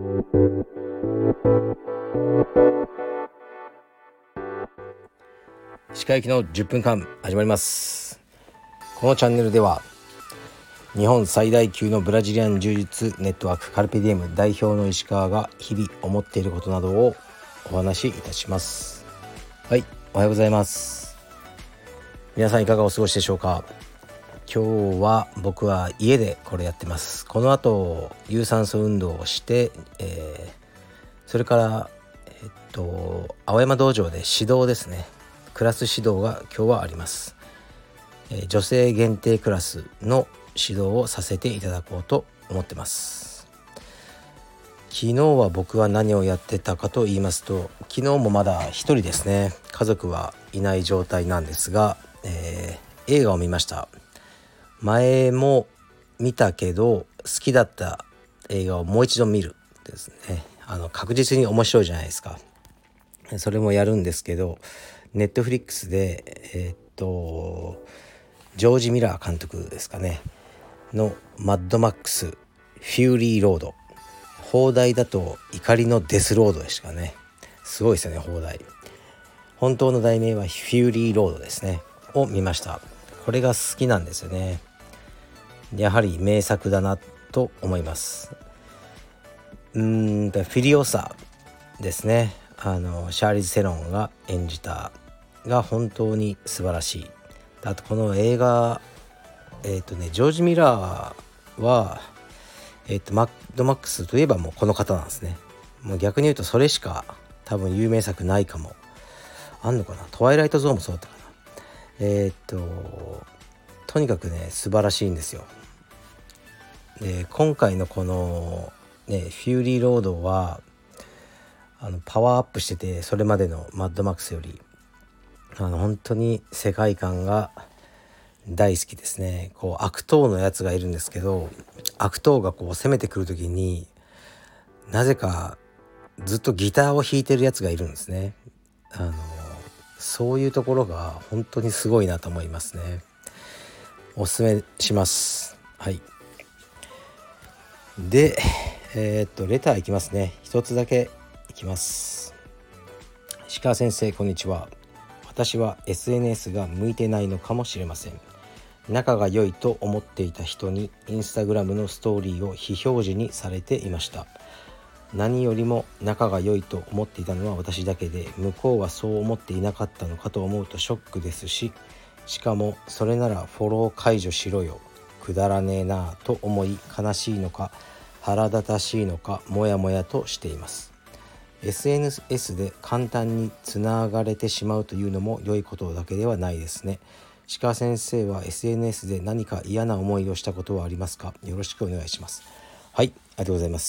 歯科医の10分間始まります。このチャンネルでは日本最大級のブラジリアン柔術ネットワークカルペディエム代表の石川が日々思っていることなどをお話しいたします。はい、おはようございます。皆さんいかがお過ごしでしょうか。今日は僕は家でこれやってます。この後有酸素運動をして、それから青山道場で指導ですね、クラス指導が今日はあります。女性限定クラスの指導をさせていただこうと思ってます。昨日は僕は何をやってたかと言いますと、昨日もまだ一人ですね、家族はいない状態なんですが、映画を見ました。前も見たけど好きだった映画をもう一度見るですね。確実に面白いじゃないですか。それもやるんですけど、ネットフリックスでジョージ・ミラー監督ですかねのマッドマックスフューリーロード、邦題だと怒りのデスロードでしたかね。すごいですよね、邦題。本当の題名はフューリーロードですねを見ました。これが好きなんですよね。やはり名作だなと思います。フィリオサですね、シャーリーズ・セロンが演じたが本当に素晴らしい。あとこの映画ジョージ・ミラーはマッドマックスといえばもうこの方なんですね。もう逆に言うとそれしか多分有名作ないかも。あんのかな。トワイライトゾーンもそうだったかな。とにかくね素晴らしいんですよ。で今回のこのねフューリーロードはパワーアップしてて、それまでのマッドマックスより本当に世界観が大好きですね。こう悪党のやつがいるんですけど、悪党がこう攻めてくる時になぜかずっとギターを弾いてるやつがいるんですね。そういうところが本当にすごいなと思いますね。おすすめします。はい。でレターいきますね。一つだけいきます。石川先生、こんにちは。私は SNS が向いてないのかもしれません。仲が良いと思っていた人にインスタグラムのストーリーを非表示にされていました。何よりも仲が良いと思っていたのは私だけで、向こうはそう思っていなかったのかと思うとショックですし、しかもそれならフォロー解除しろよ、くだらねえなぁと思い、悲しいのか腹立たしいのかモヤモヤとしています。 SNS で簡単につながれてしまうというのも良いことだけではないですね。石川先生は SNS で何か嫌な思いをしたことはありますか。よろしくお願いします。はい、ありがとうございます。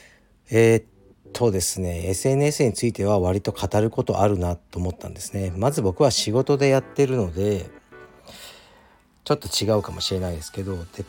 ですね SNS については割と語ることあるなと思ったんですね。まず僕は仕事でやってるのでちょっと違うかもしれないですけど、で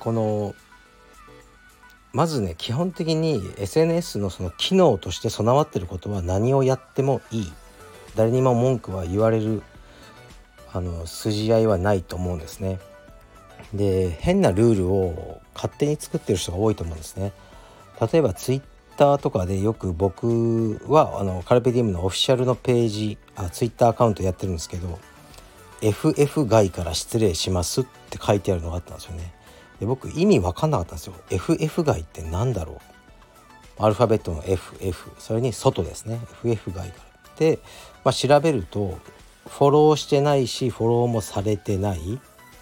まずね基本的に SNS のその機能として備わっていることは何をやってもいい、誰にも文句は言われる筋合いはないと思うんですね。で変なルールを勝手に作ってる人が多いと思うんですね。例えばツイッターとかでよく僕はカルペディウムのオフィシャルのページツイッターアカウントやってるんですけど、 FF 外から失礼しますって書いてあるのがあったんですよね。で僕意味分かんなかったんですよ。 FF 外ってなんだろう。アルファベットの FF、 それに外ですね。 FF 外からで、調べるとフォローしてないしフォローもされてない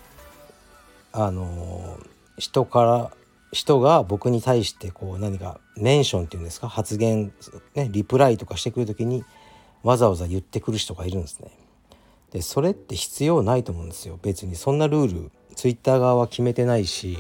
人が僕に対してこう何かメンションっていうんですか、発言ね、リプライとかしてくるときにわざわざ言ってくる人がいるんですね。でそれって必要ないと思うんですよ。別にそんなルールツイッター側は決めてないし、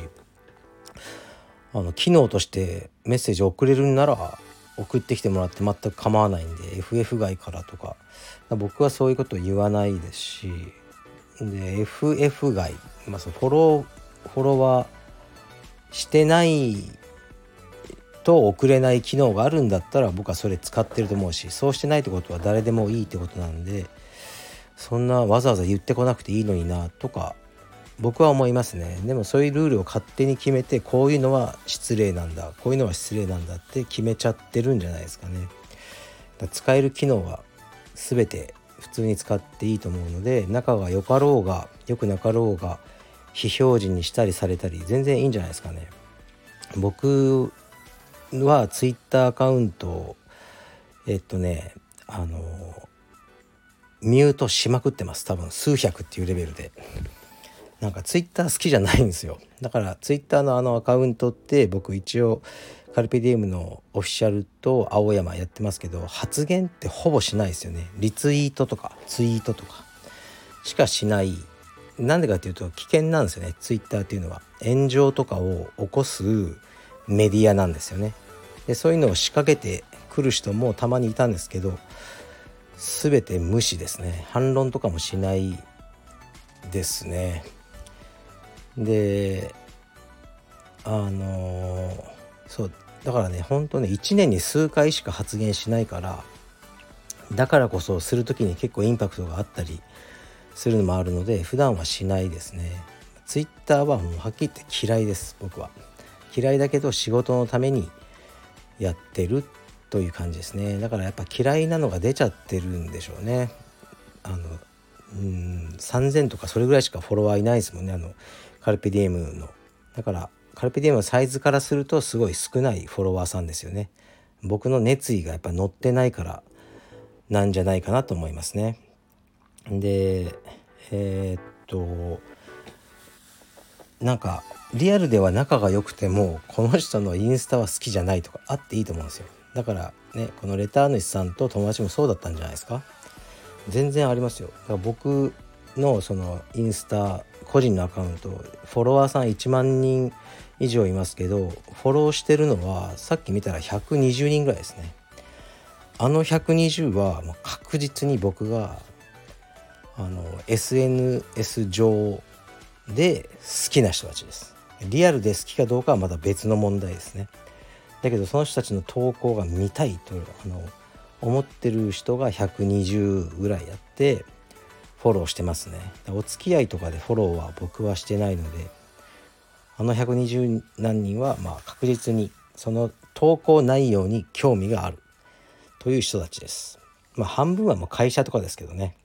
機能としてメッセージを送れるんなら送ってきてもらって全く構わないんで、 FF 外からとか僕はそういうことを言わないですし、で FF 外、そのフォロワーしてないと送れない機能があるんだったら僕はそれ使ってると思うし、そうしてないってことは誰でもいいってことなんで、そんなわざわざ言ってこなくていいのになとか僕は思いますね。でもそういうルールを勝手に決めて、こういうのは失礼なんだ、こういうのは失礼なんだって決めちゃってるんじゃないですかね。使える機能は全て普通に使っていいと思うので、仲が良かろうが良くなかろうが非表示にしたりされたり全然いいんじゃないですかね。僕はツイッターアカウントをミュートしまくってます。多分数百っていうレベルで。なんかツイッター好きじゃないんですよ。だからツイッターのアカウントって僕一応カルペディエムのオフィシャルと青山やってますけど、発言ってほぼしないですよね。リツイートとかツイートとかしかしない。なんでかっていうと危険なんですよね。ツイッターっていうのは炎上とかを起こすメディアなんですよね。でそういうのを仕掛けてくる人もたまにいたんですけど、全て無視ですね。反論とかもしないですね。でそうだからね、本当ね1年に数回しか発言しないから、だからこそする時に結構インパクトがあったりするのもあるので、普段はしないですね。ツイッターはもうはっきり言って嫌いです。僕は嫌いだけど仕事のためにやってるという感じですね。だからやっぱ嫌いなのが出ちゃってるんでしょうね。3000とかそれぐらいしかフォロワーいないですもんね、カルペディエムの。だからカルペディエムのサイズからするとすごい少ないフォロワーさんですよね。僕の熱意がやっぱ乗ってないからなんじゃないかなと思いますね。でなんかリアルでは仲が良くてもこの人のインスタは好きじゃないとかあっていいと思うんですよ。だからね、このレター主さんと友達もそうだったんじゃないですか。全然ありますよ。だから僕のそのインスタ個人のアカウントフォロワーさん1万人以上いますけど、フォローしてるのはさっき見たら120人ぐらいですね。120はもう確実に僕がSNS 上で好きな人たちです。リアルで好きかどうかはまた別の問題ですね。だけどその人たちの投稿が見たいと思ってる人が120ぐらいやってフォローしてますね。お付き合いとかでフォローは僕はしてないので、120何人はまあ確実にその投稿内容に興味があるという人たちです。まあ半分はもう会社とかですけどね。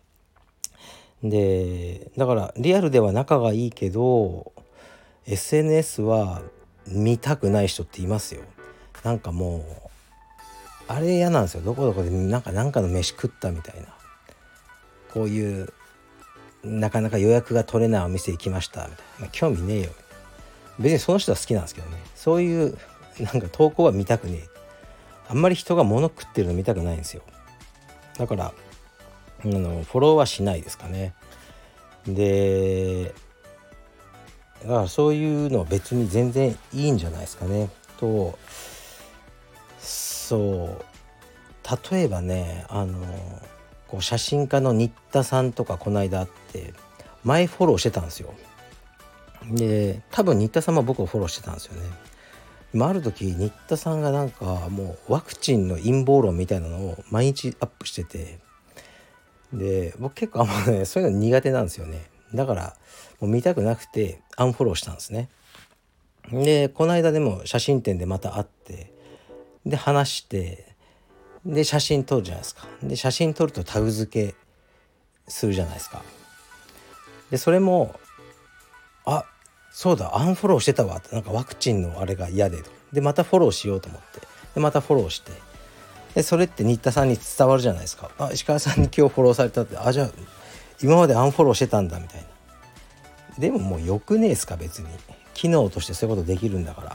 でだからリアルでは仲がいいけど SNS は見たくない人っていますよ。なんかもうあれ嫌なんですよ。どこどこでなんかの飯食ったみたいな、こういうなかなか予約が取れないお店行きましたみたいな、まあ、興味ねえよ。別にその人は好きなんですけどね、そういうなんか投稿は見たくねえ。あんまり人が物食ってるの見たくないんですよ。だからフォローはしないですかね。でだからそういうのは別に全然いいんじゃないですかね。そう例えばねこう写真家の新田さんとかこの間会って前フォローしてたんですよ。で多分新田さんも僕をフォローしてたんですよね。ある時新田さんがなんかもうワクチンの陰謀論みたいなのを毎日アップしてて、で僕結構そういうの苦手なんですよね。だからもう見たくなくてアンフォローしたんですね。でこの間でも写真展でまた会って、で話して、で写真撮るじゃないですか。で写真撮るとタグ付けするじゃないですか。でそれもそうだアンフォローしてたわって、なんかワクチンのあれが嫌で、でまたフォローしようと思って、でまたフォローして、でそれって新田さんに伝わるじゃないですか。石川さんに今日フォローされたって、じゃあ今までアンフォローしてたんだみたいな。でももうよくねえですか、別に機能としてそういうことできるんだから。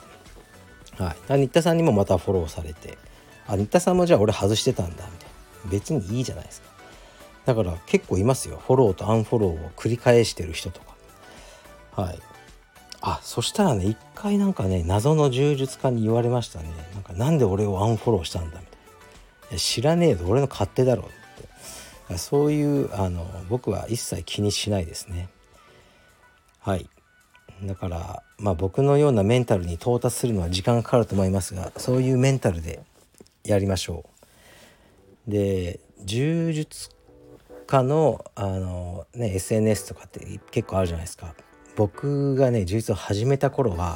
はい、新田さんにもまたフォローされて、新田さんもじゃあ俺外してたんだみたいな。別にいいじゃないですか。だから結構いますよ、フォローとアンフォローを繰り返してる人とか。はい。そしたらね、一回なんかね、謎の柔術家に言われましたね。なんで俺をアンフォローしたんだみたいな。いや知らねえぞ、俺の勝手だろうって。そういう僕は一切気にしないですね。はい。だから僕のようなメンタルに到達するのは時間かかると思いますが、そういうメンタルでやりましょう。で柔術家のSNS とかって結構あるじゃないですか。 僕がね充実を始めた頃は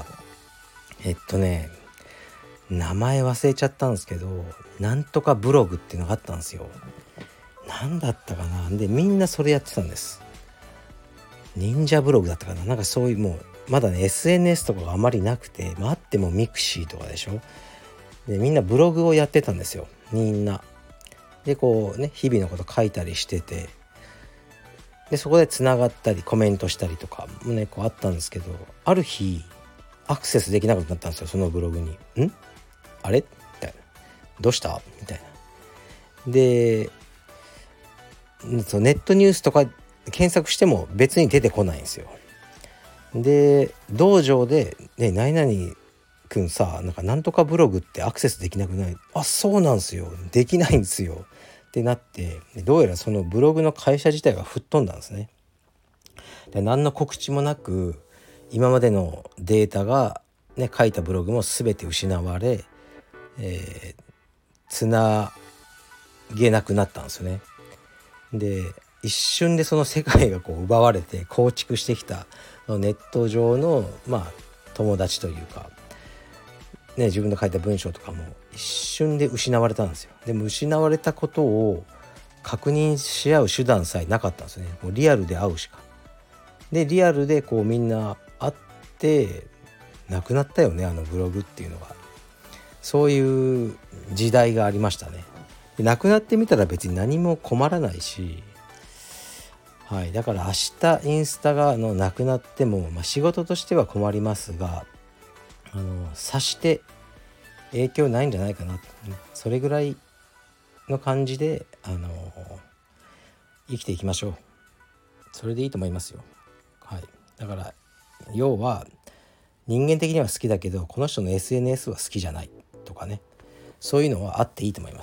名前忘れちゃったんですけど、なんとかブログっていうのがあったんですよ。なんだったかな。でみんなそれやってたんです。忍者ブログだったかな。なんかそういう、もうまだね SNS とかがあまりなくて、あってもミクシーとかでしょ。でみんなブログをやってたんですよ、みんな。でこうね、日々のこと書いたりしてて、でそこでつながったりコメントしたりとかもねこうあったんですけど、ある日アクセスできなくなったんですよ、そのブログに。あれみたいな、どうしたみたいな。でネットニュースとか検索しても別に出てこないんですよ。で道場で、何々くんさ、なんとかブログってアクセスできなくない？あ、そうなんですよ、できないんですよってなって、どうやらそのブログの会社自体が吹っ飛んだんですね。で何の告知もなく今までのデータが、書いたブログも全て失われ、つなげなくなったんですよね。で一瞬でその世界がこう奪われて、構築してきたネット上の友達というか、自分の書いた文章とかも一瞬で失われたんですよ。でも失われたことを確認し合う手段さえなかったんですね。もうリアルで会うしか。でリアルでこうみんな会ってなくなったよね、あのブログっていうのが。そういう時代がありましたね。でなくなってみたら別に何も困らないし、だから明日インスタがなくなっても、仕事としては困りますが、察して影響ないんじゃないかな、それぐらいの感じで生きていきましょう。それでいいと思いますよ。だから要は人間的には好きだけど、この人の SNS は好きじゃないとかね、そういうのはあっていいと思います。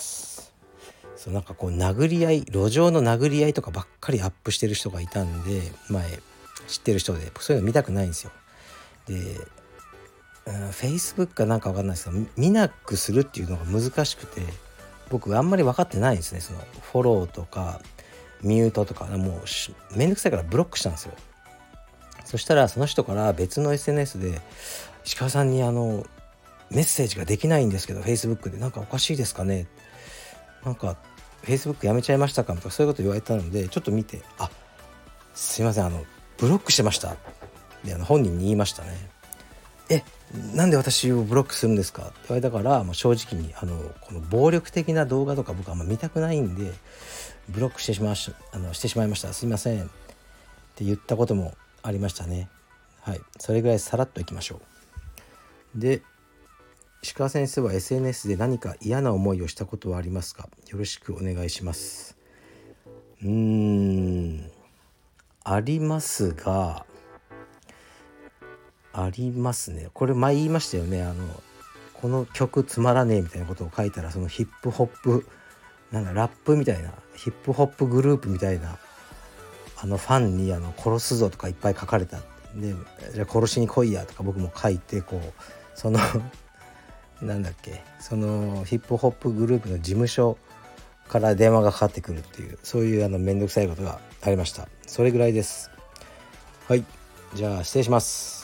なんかこう殴り合い、路上の殴り合いとかばっかりアップしてる人がいたんで、前知ってる人で、そういうの見たくないんですよ。でFacebook かなんか分かんないですけど、見なくするっていうのが難しくて、僕あんまり分かってないんですね。そのフォローとかミュートとか、もうめんどくさいからブロックしたんですよ。そしたらその人から別の SNS で、石川さんにメッセージができないんですけど Facebook でなんかおかしいですかね、なんか Facebook やめちゃいましたかとか、そういうこと言われたので、ちょっと見て、すいません、ブロックしてましたで本人に言いましたね。なんで私をブロックするんですかって言われたから、正直にこの暴力的な動画とか僕はあんま見たくないんでブロックしてしまいました、すいませんって言ったこともありましたね。それぐらいさらっといきましょう。で、石川先生は SNS で何か嫌な思いをしたことはありますか？よろしくお願いします。ありますね。これ前言いましたよね。この曲つまらねえみたいなことを書いたら、そのヒップホップラップみたいなヒップホップグループみたいなファンに殺すぞとかいっぱい書かれた。でじゃあ殺しに来いやとか僕も書いて、こうそのそのヒップホップグループの事務所から電話がかかってくるっていう、そういうめんどくさいことがありました。それぐらいです。じゃあ失礼します。